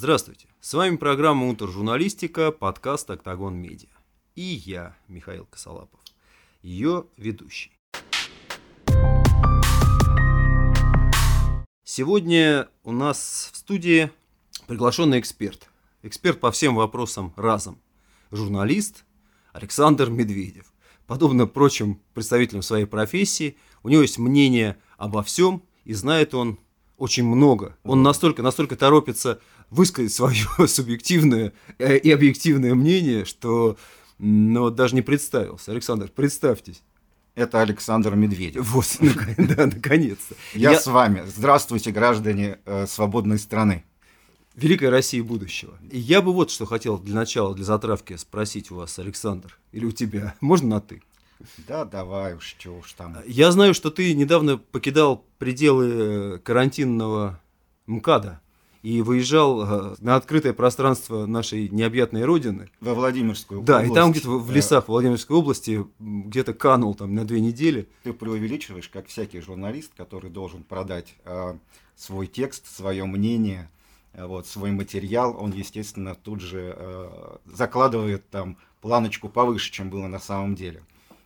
Здравствуйте, с вами программа «Унтер-журналистика», подкаст «Октагон Медиа». И я, Михаил Косолапов, ее ведущий. Сегодня у нас в студии приглашенный эксперт. Эксперт по всем вопросам разом. Журналист Александр Медведев. Подобно прочим представителям своей профессии, у него есть мнение обо всем, и знает он очень много. Он настолько торопится высказать свое субъективное и объективное мнение, что даже не представился. Александр, представьтесь. Это Александр Медведев. Вот, да, наконец-то. Я с вами. Здравствуйте, граждане свободной страны. Великой России будущего. И я бы вот что хотел для начала, для затравки спросить у вас, Александр, или у тебя. Можно на «ты»? Да, давай уж, чего уж там. Я знаю, что ты недавно покидал пределы карантинного МКАДа и выезжал на открытое пространство нашей необъятной родины. Во Владимирскую область. Да, и там где-то в лесах Владимирской области где-то канул там на 2 недели. Ты преувеличиваешь, как всякий журналист, который должен продать свой текст, свое мнение, свой материал. Он, естественно, тут же закладывает там планочку повыше, чем было на самом деле.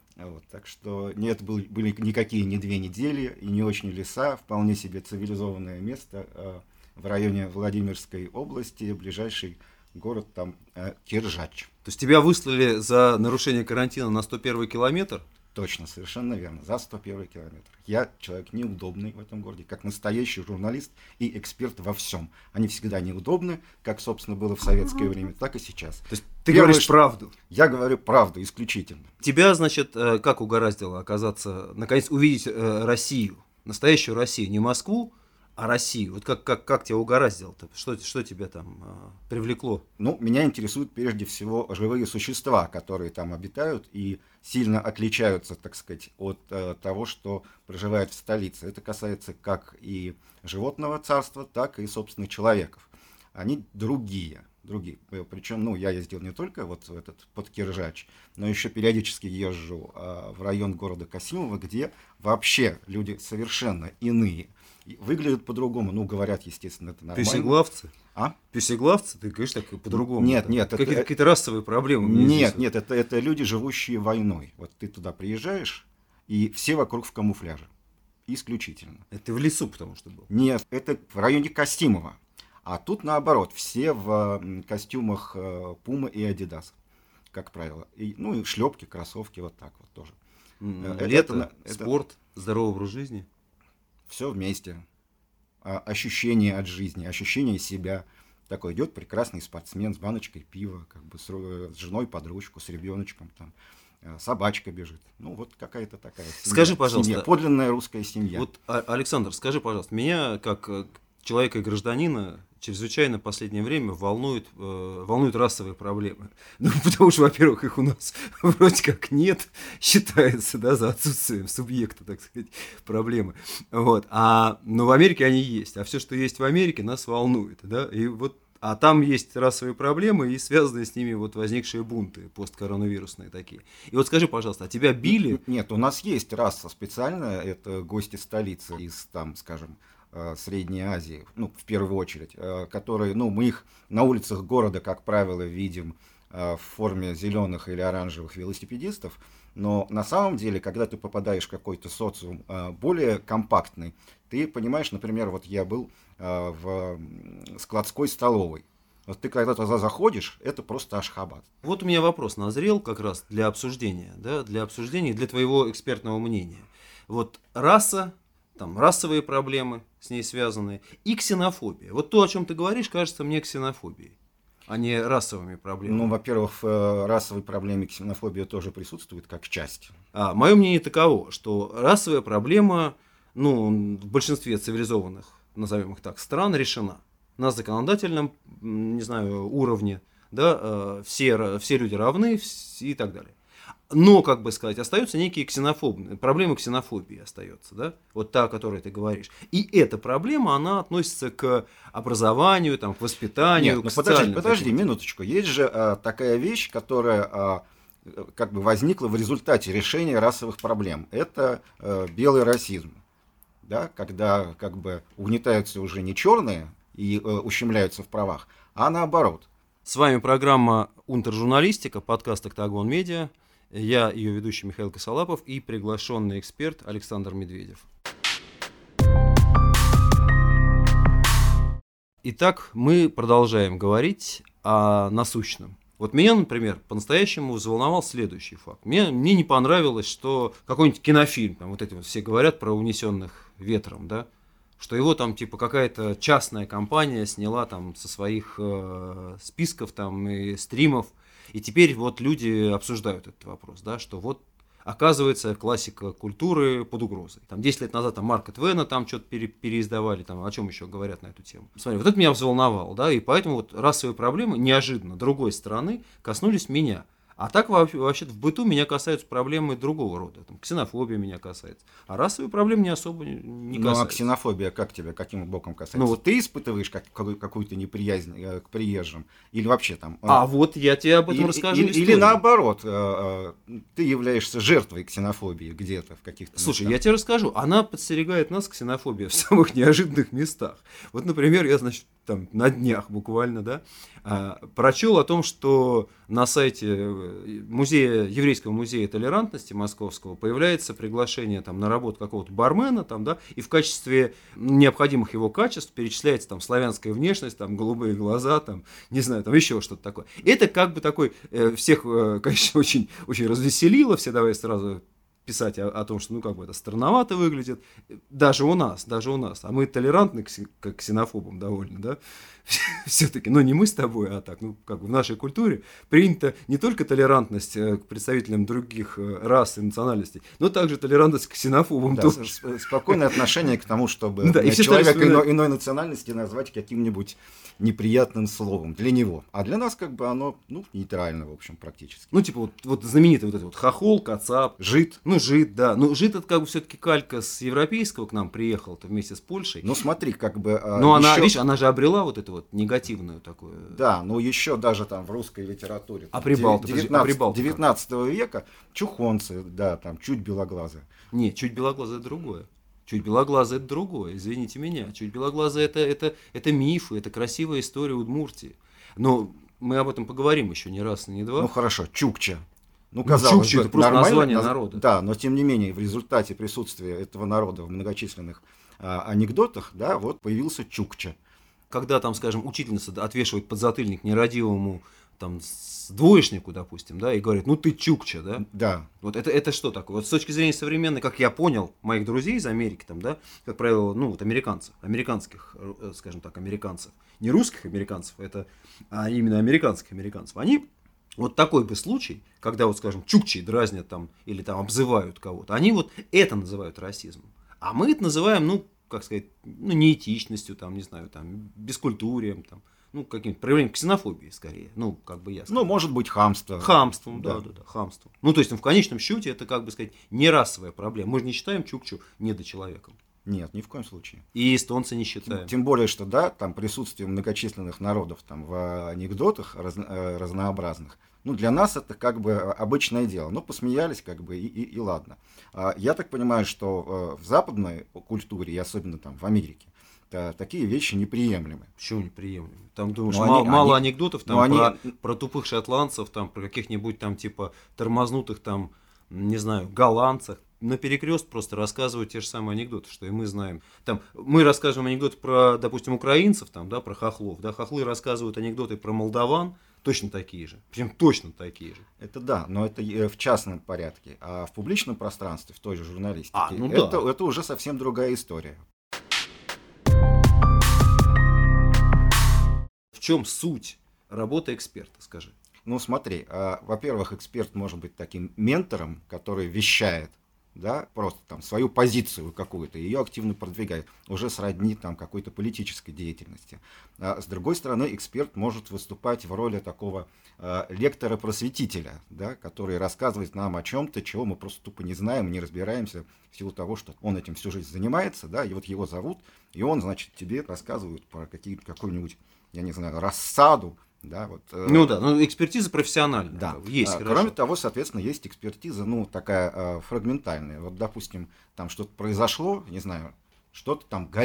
Так что нет, были никакие не 2 недели и не очень леса, вполне себе цивилизованное место в районе Владимирской области, ближайший город там Киржач. То есть тебя выслали за нарушение карантина на 101 километр? Точно, совершенно верно, за 101 километр. Я человек неудобный в этом городе, как настоящий журналист и эксперт во всем. Они всегда неудобны, как, собственно, было в советское время, так и сейчас. То есть ты говоришь правду? Я говорю правду исключительно. Тебя, значит, как угораздило оказаться, наконец, увидеть Россию, настоящую Россию, не Москву, а Россию? Вот как тебя угораздило-то? Что тебя там привлекло? Меня интересуют прежде всего живые существа, которые там обитают и сильно отличаются, так сказать, от того, что проживает в столице. Это касается как и животного царства, так и, собственно, человеков. Они другие. Причем, я ездил не только в этот под Киржач, но еще периодически езжу в район города Касимова, где вообще люди совершенно иные. Выглядят по-другому, говорят, естественно, это нормально. Песеглавцы? А? Песеглавцы? Ты говоришь так по-другому? Нет. Какие-то расовые проблемы? Нет, это люди, живущие войной. Вот ты туда приезжаешь, и все вокруг в камуфляже. Исключительно. Это в лесу потому что был? Нет, это в районе Касимова. А тут наоборот, все в костюмах Пума и Адидас, как правило. И шлепки, кроссовки, вот так вот тоже. Лето, спорт, здоровый образ жизни. Все вместе. Ощущение от жизни, ощущение себя. Такой идет прекрасный спортсмен с баночкой пива, с женой под ручку, с ребеночком там. Собачка бежит. Какая-то такая семья. Скажи, пожалуйста. Подлинная русская семья. Александр, скажи, пожалуйста, меня, как человека и гражданина, чрезвычайно в последнее время волнуют расовые проблемы. Потому что, во-первых, их у нас вроде как нет, считается, за отсутствием субъекта, так сказать, проблемы. Но в Америке они есть. А все, что есть в Америке, нас волнует. А там есть расовые проблемы и связанные с ними возникшие бунты посткоронавирусные такие. И скажи, пожалуйста, а тебя били? Нет, у нас есть раса специальная, это гости столицы из, скажем, Средней Азии, в первую очередь, которые, мы их на улицах города, как правило, видим в форме зеленых или оранжевых велосипедистов, но на самом деле, когда ты попадаешь в какой-то социум более компактный, ты понимаешь, например, я был в складской столовой. Ты когда туда заходишь, это просто Ашхабад. Вот у меня вопрос назрел как раз для обсуждения, для твоего экспертного мнения. Раса, расовые проблемы с ней связанные, и ксенофобия. То, о чем ты говоришь, кажется мне ксенофобией, а не расовыми проблемами. Во-первых, в расовой проблеме ксенофобия тоже присутствует как часть. Мое мнение таково, что расовая проблема, в большинстве цивилизованных, назовем их так, стран решена. На законодательном, уровне, все люди равны и так далее. Но, остаются некие проблемы ксенофобии остается, та, о которой ты говоришь. И эта проблема, она относится к образованию, к воспитанию, к социальным. Подожди минуточку. Есть же такая вещь, которая возникла в результате решения расовых проблем. Это белый расизм. Когда угнетаются уже не черные и ущемляются в правах, а наоборот. С вами программа «Унтержурналистика», подкаст «Октагон Медиа». Я ее ведущий Михаил Косолапов и приглашенный эксперт Александр Медведев. Итак, мы продолжаем говорить о насущном. Вот меня, например, по-настоящему взволновал следующий факт. Мне не понравилось, что какой-нибудь кинофильм, там вот эти вот все говорят про «Унесенных ветром», да, что его там типа какая-то частная компания сняла там со своих списков там и стримов, и теперь вот люди обсуждают этот вопрос, да, что вот оказывается классика культуры под угрозой. Там 10 лет назад там Марка Твена там что-то переиздавали, там о чем еще говорят на эту тему. Смотри, вот это меня взволновало, да, и поэтому вот расовые проблемы неожиданно другой стороны коснулись меня. А так вообще в быту меня касаются проблемы другого рода. Там, ксенофобия меня касается. А расовые проблемы не особо не касаются. Ну а ксенофобия как тебя, каким боком касается? Ну, вот ты испытываешь какую-то неприязнь к приезжим? Или вообще там... вот я тебе об этом расскажу. Или наоборот, ты являешься жертвой ксенофобии где-то в каких-то Слушай, местах. я тебе расскажу. Она подстерегает нас, ксенофобия, в самых неожиданных местах. Вот, например, я, значит, там на днях буквально, да, прочел о том, что на сайте Еврейского музея толерантности московского появляется приглашение там, на работу какого-то бармена, там, да, и в качестве необходимых его качеств перечисляется там славянская внешность, там, голубые глаза, там, не знаю, там еще что-то такое. Это как бы такой, всех, конечно, очень, очень развеселило, все давай сразу писать о том, что, ну, как бы это странновато выглядит, даже у нас, а мы толерантны к ксенофобам довольно, да, все-таки, но не мы с тобой, а так, ну, как бы в нашей культуре принята не только толерантность к представителям других рас и национальностей, но также толерантность к ксенофобам да, тоже. Спокойное отношение к тому, чтобы да, человека иной национальности назвать каким-нибудь неприятным словом для него. А для нас как бы оно, ну, нейтрально, в общем, практически. Ну, типа, вот знаменитый вот этот вот хохол, кацап. Жид. Ну, жид, да. Ну, жид это как бы все-таки калька с европейского к нам приехал-то вместе с Польшей. Ну, смотри, как бы... Но она, видишь, она же обрела вот эту вот негативную такую... Да, но еще даже там в русской литературе... А Прибалты? 19 века чухонцы, да, там чуть белоглазые. Нет, чуть белоглазые это другое. Чуть белоглазые это другое, извините меня. Чуть белоглазые это мифы, это красивая история Удмуртии. Но мы об этом поговорим еще не раз, не два. Ну хорошо, чукча. Ну, казалось чукча бы, это просто название народа. Да, но тем не менее, в результате присутствия этого народа в многочисленных анекдотах, да, вот появился чукча. Когда там, скажем, учительница отвешивает подзатыльник нерадивому там двоечнику, допустим, да, и говорит, ну ты чукча, да? Да. Вот это что такое? Вот с точки зрения современной, как я понял, моих друзей из Америки, там, да, как правило, ну вот американских, скажем так, американцев, не русских американцев, а именно американских американцев, они вот такой бы случай, когда вот, скажем, чукчи дразнят там или там обзывают кого-то, они вот это называют расизмом, а мы это называем, ну, как сказать, ну, неэтичностью, там, не знаю, там, бескультурием, там, ну, каким-то проявлением ксенофобии, скорее. Ну, как бы я сказал. Ну, может быть, хамство. Хамством, да, хамством. Ну, то есть, в конечном счете, это, как бы сказать, не расовая проблема. Мы же не считаем чукчу недочеловеком. Нет, ни в коем случае. И эстонцы не считаем. Тем более, что, да, там присутствие многочисленных народов там, в анекдотах разнообразных, ну, для нас это как бы обычное дело. Ну, посмеялись, как бы, и ладно. Я так понимаю, что в западной культуре, и особенно там в Америке, такие вещи неприемлемы. Почему неприемлемы? Там, думаешь, мало анекдотов там, про тупых шотландцев, там, про каких-нибудь там, типа, тормознутых там, не знаю, голландцев. На перекрест просто рассказывают те же самые анекдоты, что и мы знаем. Там, мы рассказываем анекдоты про, допустим, украинцев, там, да, про хохлов. Да, хохлы рассказывают анекдоты про молдаван, точно такие же. Причем точно такие же. Это да, но это в частном порядке. А в публичном пространстве, в той же журналистике, это уже совсем другая история. В чем суть работы эксперта, скажи? Ну, смотри, во-первых, эксперт может быть таким ментором, который вещает, да, просто там свою позицию какую-то, ее активно продвигает, уже сродни там какой-то политической деятельности. А с другой стороны, эксперт может выступать в роли такого лектора-просветителя, да, который рассказывает нам о чем-то, чего мы просто тупо не знаем, не разбираемся, в силу того, что он этим всю жизнь занимается, да, и вот его зовут, и он, значит, тебе рассказывает про какую-нибудь, я не знаю, рассаду. Да, вот, ну да, ну экспертиза профессиональная. Да. Есть, кроме того, соответственно, есть экспертиза, ну, такая фрагментальная. Вот, допустим, там что-то произошло, не знаю, что-то там горит,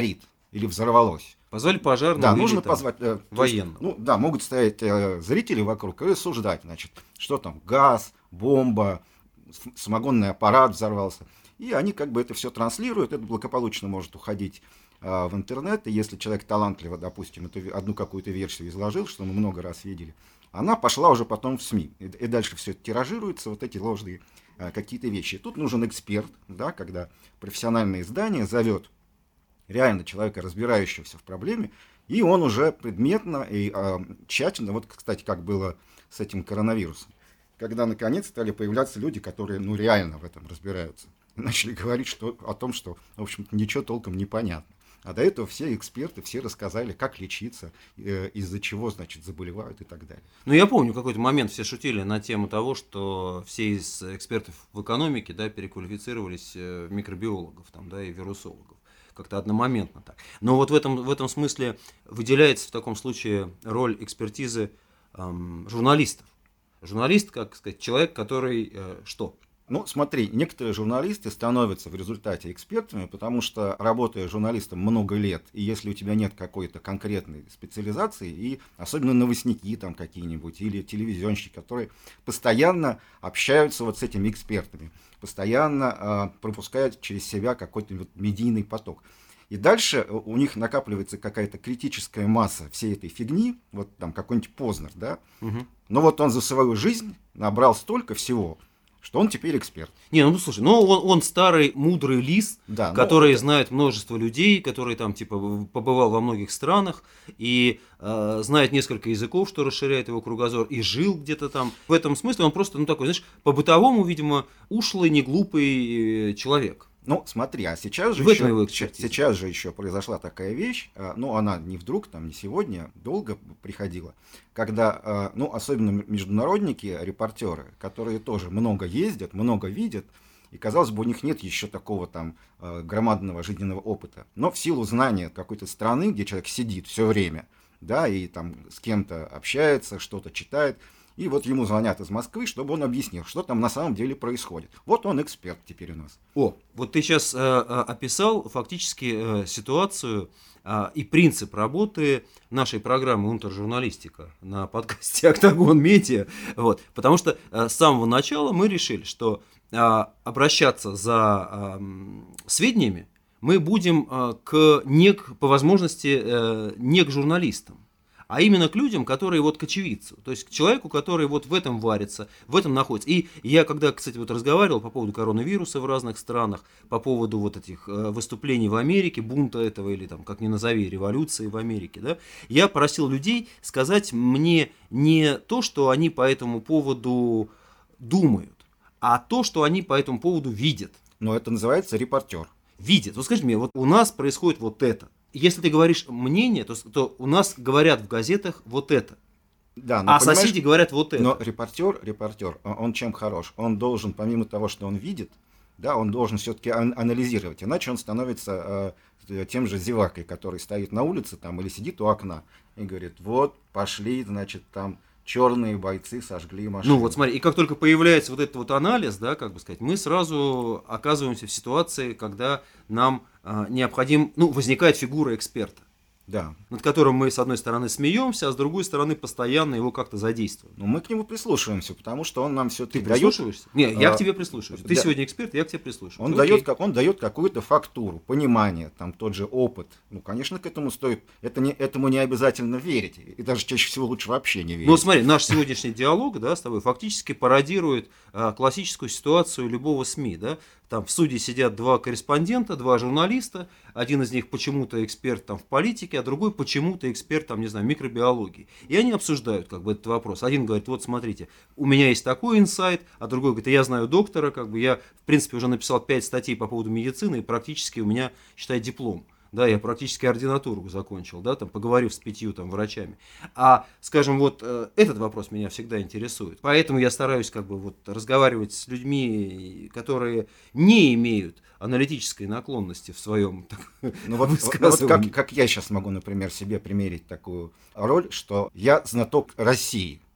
или взорвалось. Позвали пожарного, Да, или нужно там позвать военного. Ну да, могут стоять зрители вокруг и рассуждать, значит, что там, газ, бомба, самогонный аппарат взорвался. И они как бы это все транслируют, это благополучно может уходить в интернет. И если человек талантливо, допустим, одну какую-то версию изложил, что мы много раз видели, она пошла уже потом в СМИ. И дальше все это тиражируется, вот эти ложные какие-то вещи. И тут нужен эксперт, да, когда профессиональное издание зовет реально человека, разбирающегося в проблеме, и он уже предметно и тщательно, вот, кстати, как было с этим коронавирусом, когда наконец стали появляться люди, которые, ну, реально в этом разбираются, и начали говорить о том, что, в общем-то, ничего толком не понятно. А до этого все эксперты, все рассказали, как лечиться, из-за чего, значит, заболевают и так далее. Ну, я помню, какой-то момент все шутили на тему того, что все из экспертов в экономике, да, переквалифицировались в микробиологов там, да, и вирусологов. Как-то одномоментно так. Но вот в этом смысле выделяется в таком случае роль экспертизы журналистов. Журналист, как сказать, человек, который что? Ну, смотри, некоторые журналисты становятся в результате экспертами, потому что, работая журналистом много лет, и если у тебя нет какой-то конкретной специализации, и особенно новостники там какие-нибудь, или телевизионщики, которые постоянно общаются вот с этими экспертами, постоянно пропускают через себя какой-то вот медийный поток. И дальше у них накапливается какая-то критическая масса всей этой фигни, вот там какой-нибудь Познер, да, но вот он за свою жизнь набрал столько всего, что он теперь эксперт. Не, ну слушай, ну он старый мудрый лис, да, который знает множество людей, который там типа побывал во многих странах и знает несколько языков, что расширяет его кругозор, и жил где-то там. В этом смысле он просто, ну такой, знаешь, по-бытовому, видимо, ушлый, неглупый человек. Ну, смотри, а сейчас же, сейчас же еще произошла такая вещь, ну, она не вдруг, там, не сегодня, долго приходила, когда, ну, особенно международники, репортеры, которые тоже много ездят, много видят, и, казалось бы, у них нет еще такого там громадного жизненного опыта, но в силу знания какой-то страны, где человек сидит все время, да, и там с кем-то общается, что-то читает, и вот ему звонят из Москвы, чтобы он объяснил, что там на самом деле происходит. Вот он эксперт теперь у нас. О, вот ты сейчас описал фактически ситуацию и принцип работы нашей программы «Унтер-журналистика» на подкасте «Октагон Медиа». Вот, потому что с самого начала мы решили, что обращаться за сведениями мы будем по возможности не к журналистам, а именно к людям, которые вот к очевидцу, то есть к человеку, который вот в этом варится, в этом находится. И я, когда, кстати, вот разговаривал по поводу коронавируса в разных странах, по поводу вот этих выступлений в Америке, бунта этого или там, как ни назови, революции в Америке, да, я просил людей сказать мне не то, что они по этому поводу думают, а то, что они по этому поводу видят. Но это называется репортер. Видят. Вот скажи мне, вот у нас происходит вот это. Если ты говоришь мнение, то у нас говорят в газетах вот это. Да, но, соседи говорят вот это. Но репортер, он чем хорош? Он должен, помимо того, что он видит, да, он должен все-таки анализировать. Иначе он становится тем же зевакой, который стоит на улице там, или сидит у окна и говорит, вот пошли, значит, там черные бойцы сожгли машину. Ну вот смотри, и как только появляется вот этот вот анализ, да, как бы сказать, мы сразу оказываемся в ситуации, когда нам необходим, ну, возникает фигура эксперта. Да. Над которым мы, с одной стороны, смеемся, а с другой стороны, постоянно его как-то задействуем. Но мы к нему прислушиваемся, потому что он нам все-таки дает... Ты прислушиваешься? Не, я к тебе прислушиваюсь. Ты сегодня эксперт, я к тебе прислушиваюсь. Он дает какую-то фактуру, понимание, там тот же опыт. Ну, конечно, к этому стоит... Этому не обязательно верить. И даже чаще всего лучше вообще не верить. Ну, смотри, наш сегодняшний диалог, да, с тобой фактически пародирует классическую ситуацию любого СМИ, да. Там в студии сидят два корреспондента, два журналиста, один из них почему-то эксперт там, в политике, а другой почему-то эксперт там, не знаю, в микробиологии. И они обсуждают как бы этот вопрос. Один говорит, вот смотрите, у меня есть такой инсайт, а другой говорит, я знаю доктора, как бы я в принципе уже написал 5 статей по поводу медицины, и практически у меня, считай, диплом. Да, я практически ординатуру закончил, да, там, поговорив с 5 там, врачами. А, скажем, вот этот вопрос меня всегда интересует. Поэтому я стараюсь как бы вот разговаривать с людьми, которые не имеют аналитической наклонности в своем высказывании. Вот как я сейчас могу, например, себе примерить такую роль, что я знаток России.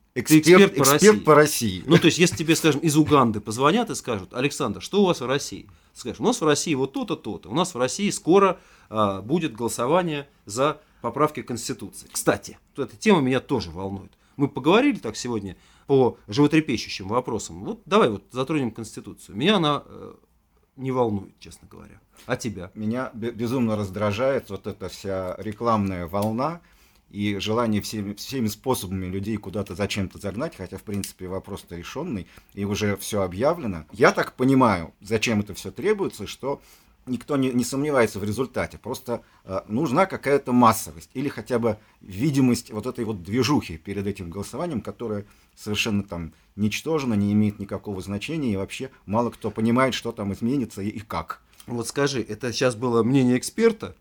Эксперт по России. по России. Ну, то есть, если тебе, скажем, из Уганды позвонят и скажут: Александр, что у вас в России? Ты скажешь: у нас в России вот то-то, то-то. У нас в России скоро будет голосование за поправки Конституции. Кстати, эта тема меня тоже волнует. Мы поговорили так сегодня по животрепещущим вопросам. Вот давай вот затронем Конституцию. Меня она не волнует, честно говоря. А тебя? Меня безумно раздражает вот эта вся рекламная волна и желание всеми способами людей куда-то зачем-то загнать, хотя, в принципе, вопрос-то решенный, и уже все объявлено. Я так понимаю, зачем это все требуется, что никто не сомневается в результате. Просто нужна какая-то массовость или хотя бы видимость вот этой вот движухи перед этим голосованием, которая совершенно там ничтожна, не имеет никакого значения, и вообще мало кто понимает, что там изменится и как. Вот скажи, это сейчас было мнение эксперта?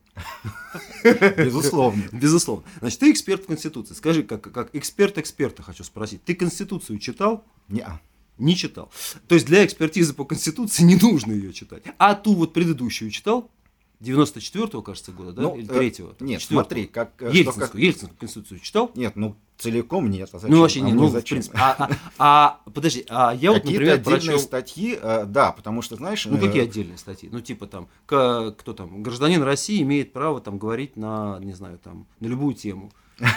Безусловно. Безусловно. Значит, ты эксперт в Конституции. Скажи, как эксперт эксперта хочу спросить. Ты Конституцию читал? Неа. Не читал. То есть для экспертизы по Конституции не нужно ее читать. А ту вот предыдущую читал? 94-го, кажется, года, да? Или 3-го? Нет, 4-го. смотри, как... Ельцинскую Конституцию читал? Нет, целиком нет. А зачем? Ну, вообще нет, ну, зачем? в принципе. Подожди, я вот, например, отдельные прочел... статьи, да, потому что, знаешь... Ну, какие отдельные статьи? Ну, типа там, кто там, гражданин России имеет право там говорить на, не знаю, там, на любую тему.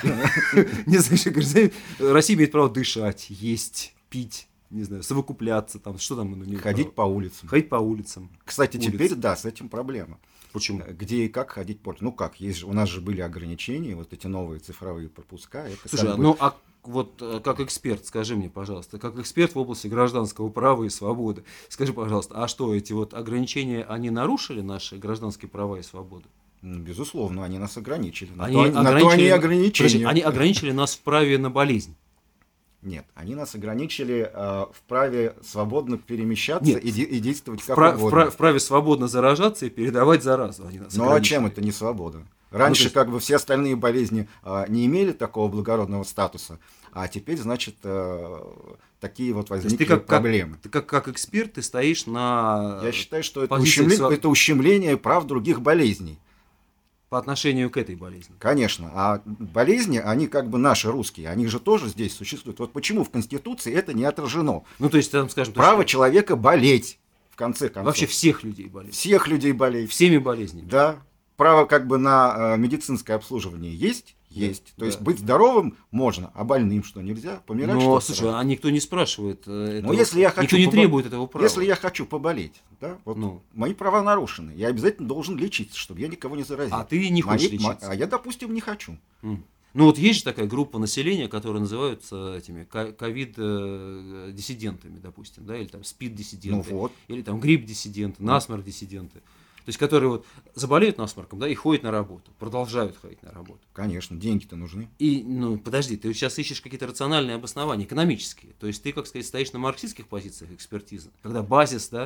Не знаю, гражданин России имеет право дышать, есть, пить, не знаю, совокупляться, там, что там он имеет ходить право? по улицам. Ходить по улицам. Кстати, теперь, да, с этим проблема. Почему? Где и как ходить по... Ну как, у нас же были ограничения, вот эти новые цифровые пропуска. Это слушай, ну а вот как эксперт, скажи мне, пожалуйста, как эксперт в области гражданского права и свободы, скажи, пожалуйста, а что, эти вот ограничения, они нарушили наши гражданские права и свободы? Безусловно, они нас ограничили. На то они ограничения. Подожди, они ограничили нас в праве на болезнь. Нет, они нас ограничили в праве свободно перемещаться и действовать как угодно. В праве свободно заражаться и передавать заразу. Они нас а чем это не свобода? Раньше как бы все остальные болезни не имели такого благородного статуса, а теперь, значит, такие вот возникли проблемы. Ты как эксперт, ты стоишь на... Я считаю, что это ущемление прав других болезней. По отношению к этой болезни. Конечно. А болезни, они как бы наши русские, они же тоже здесь существуют. Вот почему в Конституции это не отражено? Ну, то есть, там, скажем... Право человека болеть, в конце концов. Вообще всех людей болеть. Всех людей болеть. Всеми болезнями. Да. Право как бы на медицинское обслуживание есть? Есть. То есть быть здоровым можно, а больным что, нельзя? Помирать что? Но, слушай, а никто не спрашивает этого. Если я хочу никто не требует этого права. Если я хочу поболеть, да, вот мои права нарушены, я обязательно должен лечиться, чтобы я никого не заразил. А ты не хочешь лечиться? А я, допустим, не хочу. Ну вот есть же такая группа населения, которые называются этими ковид-диссидентами, допустим, да, или там СПИД-диссиденты, или там грипп-диссиденты, насморк-диссиденты. То есть, которые вот заболеют насморком, да, и ходят на работу, продолжают ходить на работу. Конечно, деньги-то нужны. И, подожди, ты сейчас ищешь какие-то рациональные обоснования, экономические. То есть, ты, как сказать, стоишь на марксистских позициях экспертизы, когда базис, да...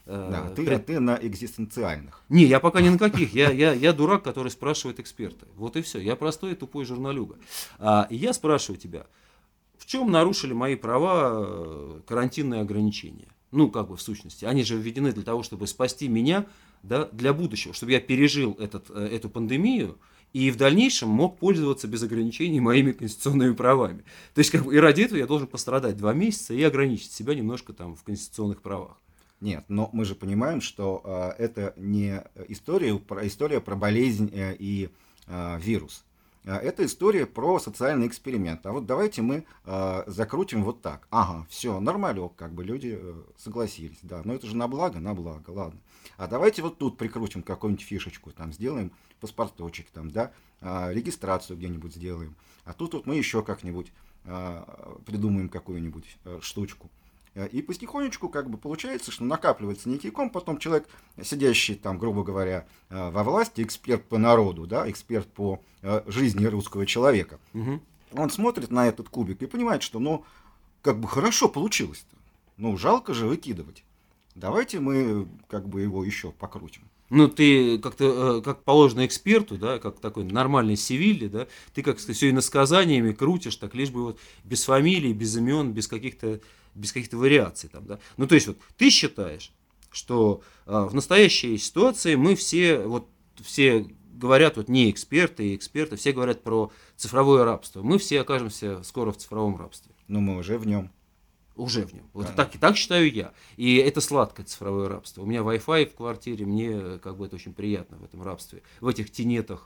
ты на экзистенциальных. Не, я пока ни на каких. Я дурак, который спрашивает эксперта. Вот и все. Я простой и тупой журналюга. И я спрашиваю тебя, в чем нарушили мои права карантинные ограничения? Ну, как бы в сущности. Они же введены для того, чтобы спасти меня, да, для будущего, чтобы я пережил эту пандемию и в дальнейшем мог пользоваться без ограничений моими конституционными правами. То есть, как бы, и ради этого я должен пострадать 2 месяца и ограничить себя немножко там в конституционных правах. Нет, но мы же понимаем, что это не история про болезнь и вирус. Это история про социальный эксперимент. А вот давайте мы закрутим вот так. Ага, все, нормалек, как бы люди согласились. Да, но это же на благо, ладно. А давайте вот тут прикрутим какую-нибудь фишечку, там сделаем паспорточек, там, да, регистрацию где-нибудь сделаем. А тут вот мы еще как-нибудь придумаем какую-нибудь штучку. И потихонечку как бы получается, что накапливается некий ком, потом человек, сидящий там, грубо говоря, во власти, эксперт по народу, да, эксперт по жизни русского человека, он смотрит на этот кубик и понимает, что, как бы хорошо получилось-то. Жалко же выкидывать. Давайте мы как бы его еще покрутим. Ты как-то, как положено эксперту, да, как такой нормальный Севильи, да, ты как сказать, все иносказаниями крутишь, так лишь бы вот без фамилий, без имен, без каких-то вариаций там, да. То есть вот ты считаешь, что в настоящей ситуации мы все говорят вот не эксперты и эксперты, все говорят про цифровое рабство. Мы все окажемся скоро в цифровом рабстве. Но мы уже в нем. Уже в нем. Вот так считаю я. И это сладкое цифровое рабство. У меня Wi-Fi в квартире, мне как бы это очень приятно в этом рабстве. В этих тенетах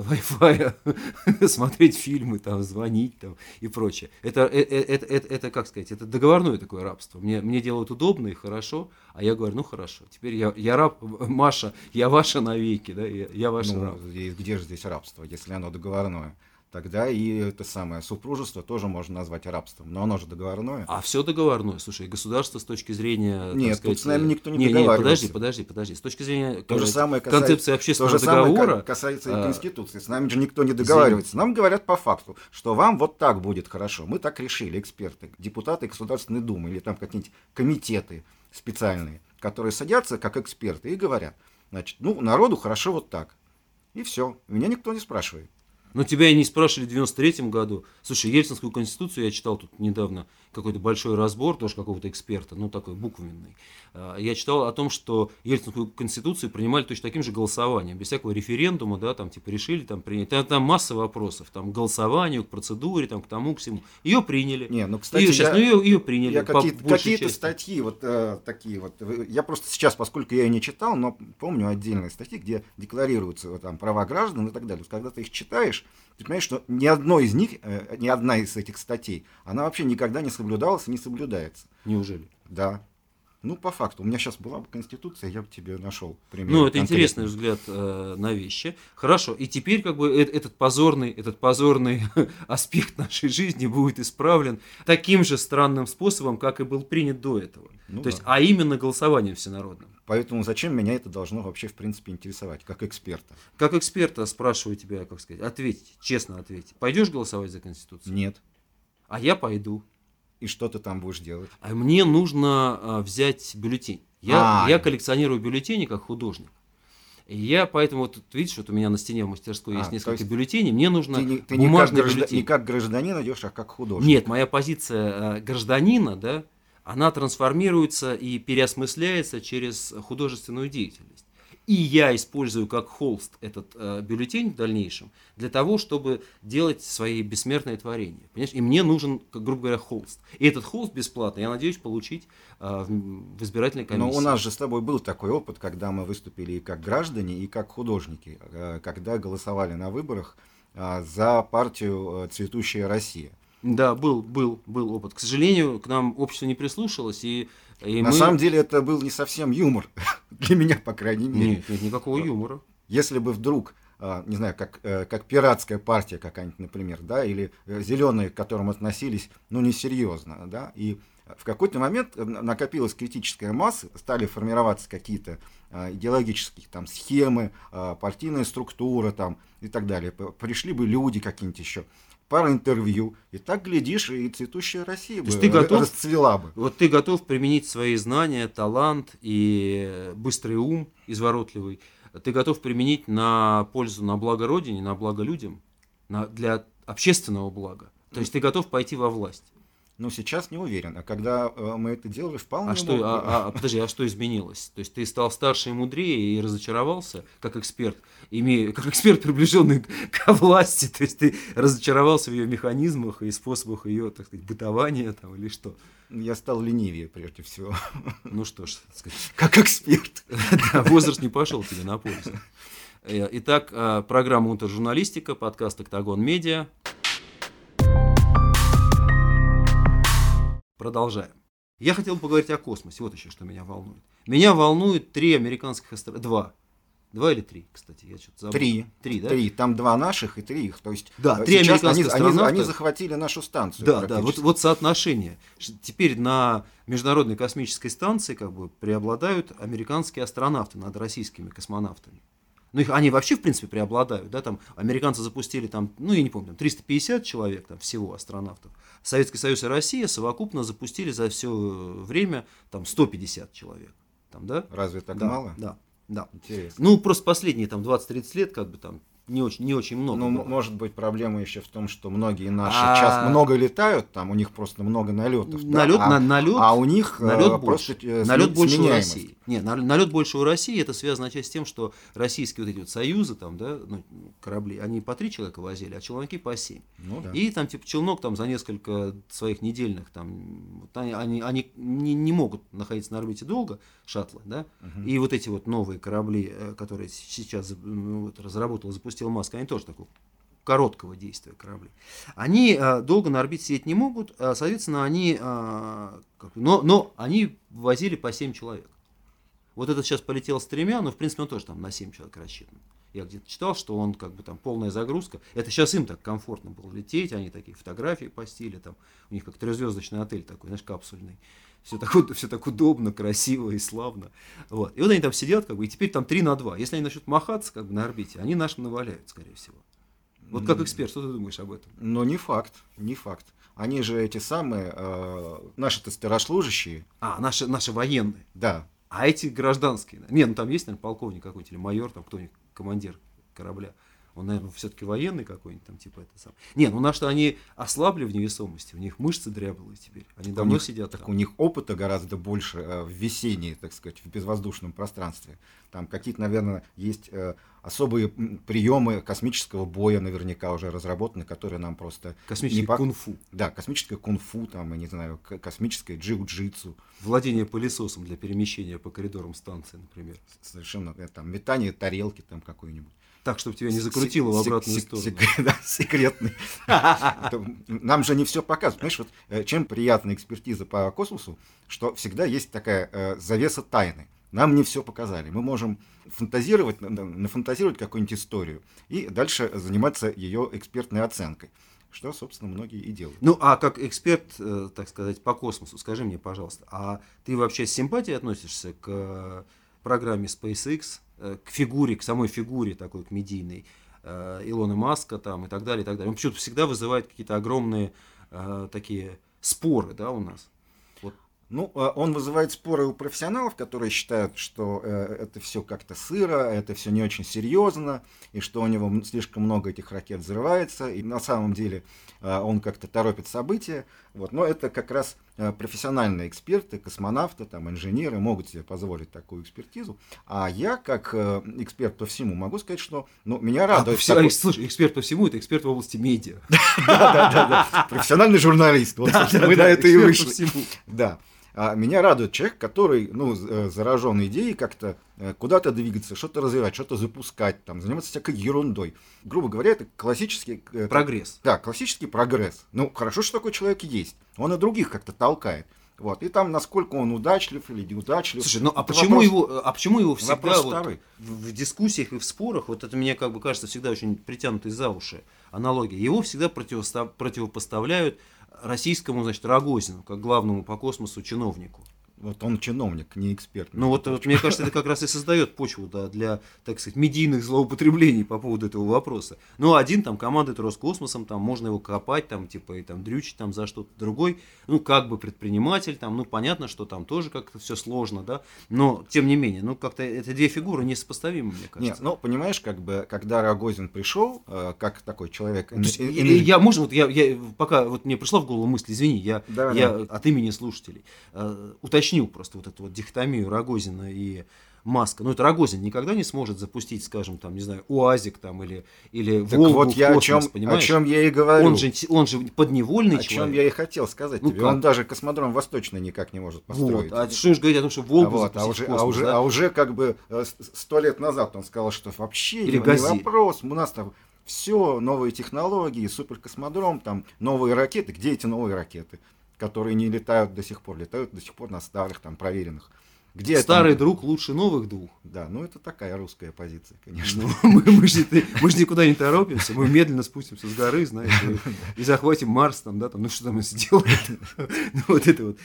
Wi-Fi смотреть фильмы, там, звонить там, и прочее. Это, как сказать, это договорное такое рабство. Мне делают удобно и хорошо, а я говорю, ну хорошо, теперь я раб, Маша, я ваша навеки, да, я ваш раб. Где же здесь рабство, если оно договорное? Тогда и это самое супружество тоже можно назвать рабством, но оно же договорное. А все договорное. Слушай, государство с точки зрения... Нет, сказать, тут с нами никто не договаривался. Подожди. С точки зрения то же самое концепции общественного договора... касается и Конституции. С нами же никто не договаривается. Нам говорят по факту, что вам вот так будет хорошо. Мы так решили, эксперты, депутаты Государственной Думы или там какие-нибудь комитеты специальные, которые садятся как эксперты и говорят, значит, ну, народу хорошо вот так. И все. Меня никто не спрашивает. Но тебя и не спрашивали в 93-м году. Слушай, Ельцинскую конституцию я читал тут недавно, какой-то большой разбор, тоже какого-то эксперта, ну такой буквенный. Я читал о том, что Ельцинскую конституцию принимали точно таким же голосованием, без всякого референдума, да, там типа решили там принять. Там масса вопросов, там к голосованию, к процедуре, там к тому, к всему. Ее приняли. Не, ну, кстати, ее приняли. Я какие-то статьи вот такие вот, я просто сейчас, поскольку я и не читал, но помню отдельные статьи, где декларируются вот, там права граждан и так далее. Когда ты их читаешь, ты понимаешь, что ни одна из этих статей, она вообще никогда не соблюдалась и не соблюдается. Неужели? Да. Ну, по факту. У меня сейчас была бы Конституция, я бы тебе нашел пример. Ну, это интересный взгляд на вещи. Хорошо. И теперь как бы этот позорный аспект нашей жизни будет исправлен таким же странным способом, как и был принят до этого. Ну, то есть, а именно голосованием всенародным. Поэтому зачем меня это должно вообще в принципе интересовать, как эксперта? Как эксперта спрашиваю тебя, как сказать, ответь, честно ответь. Пойдешь голосовать за Конституцию? Нет. А я пойду. И что ты там будешь делать? А мне нужно взять бюллетень. Я коллекционирую бюллетени как художник. И я поэтому, вот видишь, вот у меня на стене в мастерской есть несколько бюллетеней, мне нужно бумажный бюллетень. Не как гражданин идешь, а как художник. Нет, моя позиция гражданина, да, она трансформируется и переосмысляется через художественную деятельность. И я использую как холст этот бюллетень в дальнейшем для того, чтобы делать свои бессмертные творения. Понимаешь? И мне нужен, грубо говоря, холст. И этот холст бесплатно, я надеюсь, получить в избирательной комиссии. Но у нас же с тобой был такой опыт, когда мы выступили и как граждане, и как художники, когда голосовали на выборах за партию «Цветущая Россия». Да, был опыт. К сожалению, к нам общество не прислушалось, На самом деле это был не совсем юмор, для меня, по крайней мере. Нет, никакого юмора. Если бы вдруг, не знаю, как пиратская партия какая-нибудь, например, да, или зеленые, к которым относились, ну, несерьезно, да, и в какой-то момент накопилась критическая масса, стали формироваться какие-то идеологические там схемы, партийная структура там и так далее. Пришли бы люди какие-нибудь еще, пара интервью, и так, глядишь, и «Цветущая Россия» бы расцвела бы. Вот ты готов применить свои знания, талант и быстрый ум, изворотливый, ты готов применить на пользу, на благо Родине, на благо людям, для общественного блага. То есть ты готов пойти во власть. Ну, сейчас не уверен. А когда мы это делали, вполне Подожди, а что изменилось? То есть ты стал старше и мудрее и разочаровался, как эксперт, приближенный к власти, то есть ты разочаровался в ее механизмах и способах ее, так сказать, бытования там, или что? Я стал ленивее, прежде всего. Ну что ж, так сказать. Как эксперт. Да, возраст не пошел тебе на пользу. Итак, программа «Унтер-журналистика», подкаст «Октагон Медиа». Продолжаем. Я хотел бы поговорить о космосе. Вот еще что меня волнует. Меня волнует 3 американских астронома. 2 или 3, кстати, я что-то забыл. 3, да? 3. Там 2 наших и 3 их. То есть да, 3 американских астронавта. Они захватили нашу станцию. Да, вот соотношение. Теперь на Международной космической станции как бы преобладают американские астронавты над российскими космонавтами. Ну, они вообще, в принципе, преобладают. Да? Там американцы запустили, там, ну, я не помню, 350 человек там, всего астронавтов. Советский Союз и Россия совокупно запустили за все время там, 150 человек. Там, да? Разве так мало? Да. Интересно. Ну, просто последние там, 20-30 лет, как бы там. не очень много. Ну, может быть, проблема еще в том, что многие наши сейчас много летают, там у них просто много налетов. А у них налет просто налет больше у сменяемость. России. Нет, налет больше у России, это связано с тем, что российские вот эти вот союзы, там, да, ну, корабли, они по 3 человека возили, а челноки по 7. Ну, да. И там типа челнок там за несколько своих недельных, там, вот, они не могут находиться на орбите долго, шаттлы, да, и вот эти вот новые корабли, которые сейчас вот, разработал, запустил Маск, они тоже такого короткого действия корабли. Они долго на орбите сидеть не могут, соответственно, они, но они возили по 7 человек. Вот этот сейчас полетел с 3, но в принципе он тоже там на 7 человек рассчитан. Я где-то читал, что он как бы там полная загрузка. Это сейчас им так комфортно было лететь, они такие фотографии постили, там у них как 3-звездочный отель такой, знаешь, капсульный. Все так удобно, красиво и славно. Вот. И вот они там сидят, как бы, и теперь там 3/2. Если они начнут махаться как бы, на орбите, они нашим наваляют, скорее всего. Вот как эксперт, что ты думаешь об этом? Но не факт. Они же эти самые, наши-то старослужащие. Наши военные. Да. А эти гражданские. Не, ну там есть, наверное, полковник какой-нибудь или майор, там кто-нибудь, командир корабля. Он, наверное, все-таки военный какой-нибудь, там, типа это сам. Не, ну на что они ослабли в невесомости, у них мышцы дряблые теперь. Они давно сидят. Так там. У них опыта гораздо больше в весенней, так сказать, в безвоздушном пространстве. Там какие-то, наверное, есть особые приемы космического боя, наверняка уже разработаны, которые нам просто... Космический кунг-фу. Да, космическое кунг-фу, там, я не знаю, космическое джиу-джитсу. Владение пылесосом для перемещения по коридорам станции, например. Совершенно, там, метание тарелки там какой-нибудь. Так, чтобы тебя не закрутило в обратную сторону. Да, секретный. Нам же не все показывают. Понимаешь, вот чем приятна экспертиза по космосу, что всегда есть такая завеса тайны. Нам не все показали. Мы можем нафантазировать какую-нибудь историю и дальше заниматься ее экспертной оценкой. Что, собственно, многие и делают. Ну, а как эксперт, так сказать, по космосу, скажи мне, пожалуйста, а ты вообще с симпатией относишься к программе SpaceX, к самой фигуре такой, к медийной, Илона Маска там, и так далее, и так далее? Он почему-то всегда вызывает какие-то огромные такие споры, да, у нас. Вот. Ну, он вызывает споры у профессионалов, которые считают, что это все как-то сыро, это все не очень серьезно, и что у него слишком много этих ракет взрывается, и на самом деле он как-то торопит события. Вот. Но это как раз профессиональные эксперты, космонавты, там, инженеры могут себе позволить такую экспертизу. А я, как эксперт по всему, могу сказать, что меня радует... Слушай, эксперт по всему — это эксперт в области медиа. Да. Профессиональный журналист. Мы на это и вышли. Да. Меня радует человек, который заражен идеей как-то куда-то двигаться, что-то развивать, что-то запускать, там, заниматься всякой ерундой. Грубо говоря, это классический... Прогресс. Да, классический прогресс. Ну, хорошо, что такой человек есть. Он и других как-то толкает. Вот. И там, насколько он удачлив или неудачлив. Слушай, ну почему его всегда вот в дискуссиях и в спорах, вот это мне как бы кажется всегда очень притянутой за уши аналогия, его всегда противопоставляют российскому, значит, Рогозину, как главному по космосу чиновнику. Вот он чиновник, не эксперт. Ну вот мне кажется, это как раз и создает почву для, так сказать, медийных злоупотреблений по поводу этого вопроса. Ну, один там командует Роскосмосом, там можно его копать, там, типа, и там дрючить там за что-то. Другой, ну, как бы предприниматель, там, ну, понятно, что там тоже как-то все сложно, да, но, тем не менее, ну, как-то эти две фигуры несопоставимы, мне кажется. Нет, ну, понимаешь, как бы, когда Рогозин пришел, как такой человек... Я пока вот мне пришла в голову мысль, извини, я от имени слушателей уточнил просто вот эту вот дихотомию Рогозина и Маска. Ну, это Рогозин никогда не сможет запустить, скажем, там, не знаю, УАЗик там или Волгу вот я в космос, понимаешь? О чем я и говорю. Он же подневольный человек. О чем я и хотел сказать тебе. Он даже космодром Восточный никак не может построить. Вот. А что же говорить о том, что Волгу запустить в космос, а уже как бы 100 лет назад он сказал, что вообще или не вопрос. У нас там все, новые технологии, суперкосмодром, там новые ракеты. Где эти новые ракеты, которые не летают до сих пор? Летают до сих пор на старых, там, проверенных. Где старый друг лучше новых двух. Да, ну это такая русская позиция, конечно. Мы же никуда не торопимся, мы медленно спустимся с горы, знаешь, и захватим Марс, там, да, там, ну что там сделать? Вот это вот.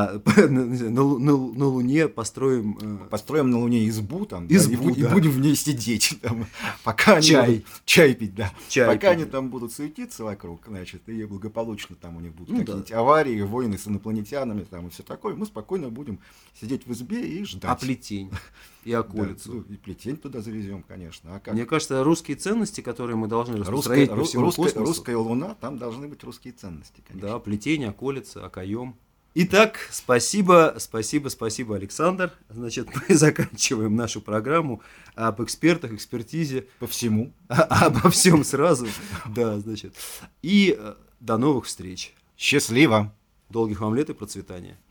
На Луне построим на Луне избу, там, и будем в ней сидеть, пока чай пить, да. Пока они там будут суетиться вокруг, значит, и благополучно там у них будут какие-нибудь аварии, войны с инопланетянами, там, и все такое, мы спокойно будем сидеть в избе себе и ждать. А плетень и околицу? Да, ну, и плетень туда завезем, конечно. А как? Мне кажется, русские ценности, которые мы должны распространять по всему космосу... Русская луна, там должны быть русские ценности, конечно. Да, плетень, околица, окоем. Итак, спасибо, Александр. Значит, мы заканчиваем нашу программу об экспертах, экспертизе. По всему. Обо всем сразу. Да, значит. И до новых встреч. Счастливо. Долгих вам лет и процветания.